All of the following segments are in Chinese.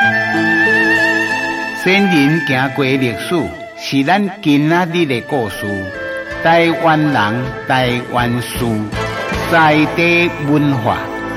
先人行过历史，是咱今仔日的故事。台湾人，台湾事，在地文化。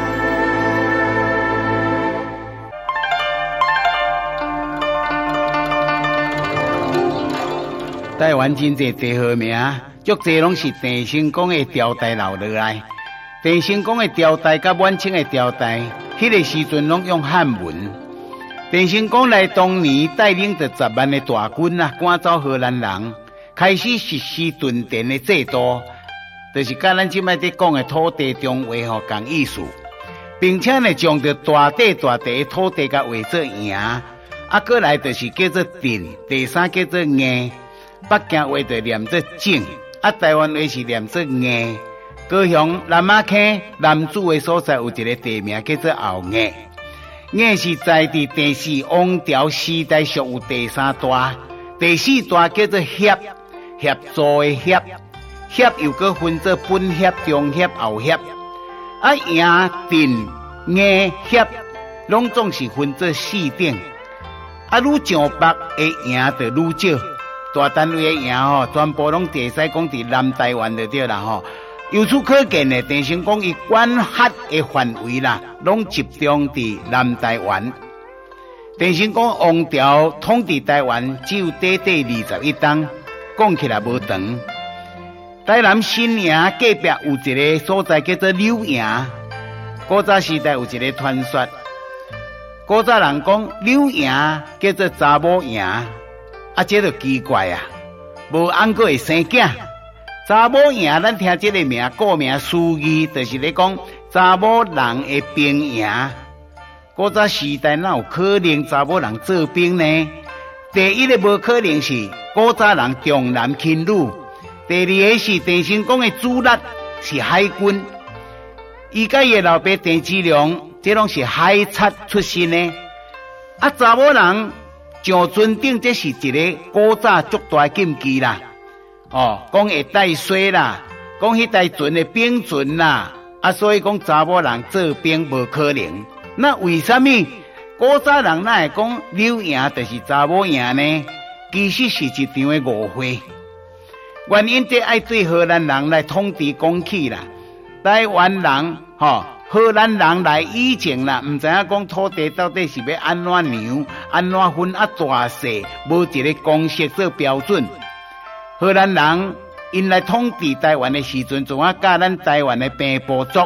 台湾真侪地号名，足侪拢是郑成功的朝代留落来。郑成功的朝代甲满清的朝代，迄个时阵拢用汉文。郑成功来当年带领着10万的大军赶走荷兰人，开始实施屯田的制度，就是甲咱即摆在讲的土地中划共意思，并且呢，将着大地的土地甲划做营，过来就是叫做镇，第三叫做硬。北京话就念做正，台湾话是念做硬。高雄南仔坑南子的所在有一个地名叫做后硬。硬是在地第四王朝时代属有第3大，第4大叫做协，协助的协，协又搁分做本协、中协、后协。营、镇、硬、协，拢总是分做4等。愈上北的营就愈少。大单位的营全部拢地使讲伫南台湾就对啦由此可见呢，郑成功伊管辖的范围拢集中伫南台湾。郑成功王朝统治台湾只有短21冬，讲起来无长。台南新营隔壁有一个所在叫做柳营，古早时代有一个传说，古早人讲柳营叫做查某营。这就奇怪无翁阁会生囝。查某营，咱听这个名，顾名思义，就是咧讲查某人的兵营。古早时代哪有可能查某人做兵呢？第一个无可能是古早人重男轻女，第二个是郑成功的主力是海军，伊甲伊的老爸郑芝龙，这拢是海贼出身的。查某人上船顶，这是一个古早足大禁忌啦。讲会带水啦，讲迄台船的兵船啦，所以讲查某人做兵无可能。那为什么古早人哪会讲柳营就是查某营呢？其实是一场的误会。原因这爱对荷兰人来统治讲起啦，台湾人荷兰人来以前唔知影讲土地到底是要安怎量、安怎分大细，无一个公式做标准。荷兰人因来统治台湾的时阵，总教咱台湾的平埔族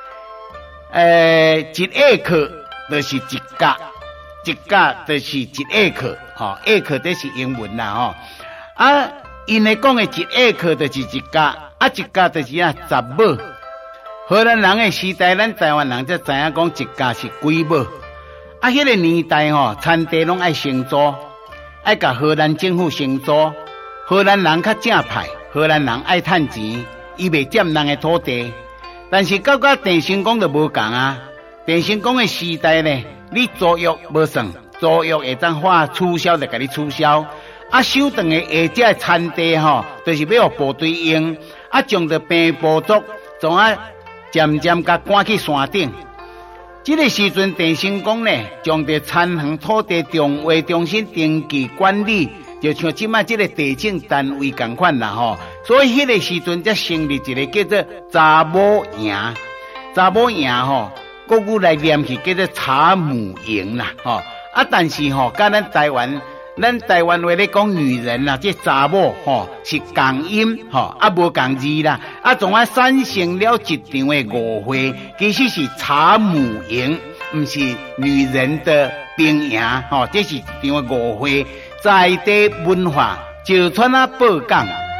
，1 acre 就是1甲，1甲就是1 acre，acre 这是英文啦因来讲的1 acre就是1甲，1甲就是10亩。荷兰人的时代，咱台湾人才知影讲1甲是几亩。迄个年代产地拢爱承租，爱甲荷兰政府承租。荷兰人较正派，荷兰人爱趁钱，伊袂占人的土地。但是到郑成功就无共郑成功的时代呢，你租约无算，租约会当花取消就甲你取消。手段的下只产地就是要互部队用，将着平埔族从渐渐甲赶去山顶。这个时阵，郑成功呢，将着田园土地重划重新登记管理，就像即卖这个地政单位同款啦所以迄个时阵才成立一个叫做查某营。查某营国语来念起叫做查母营啦但是甲咱台湾话咧讲女人这查某是共音无共字啦总产生了一场的误会，其实是查母营，不是女人的兵营这是一场的误会。在地文化就传报讲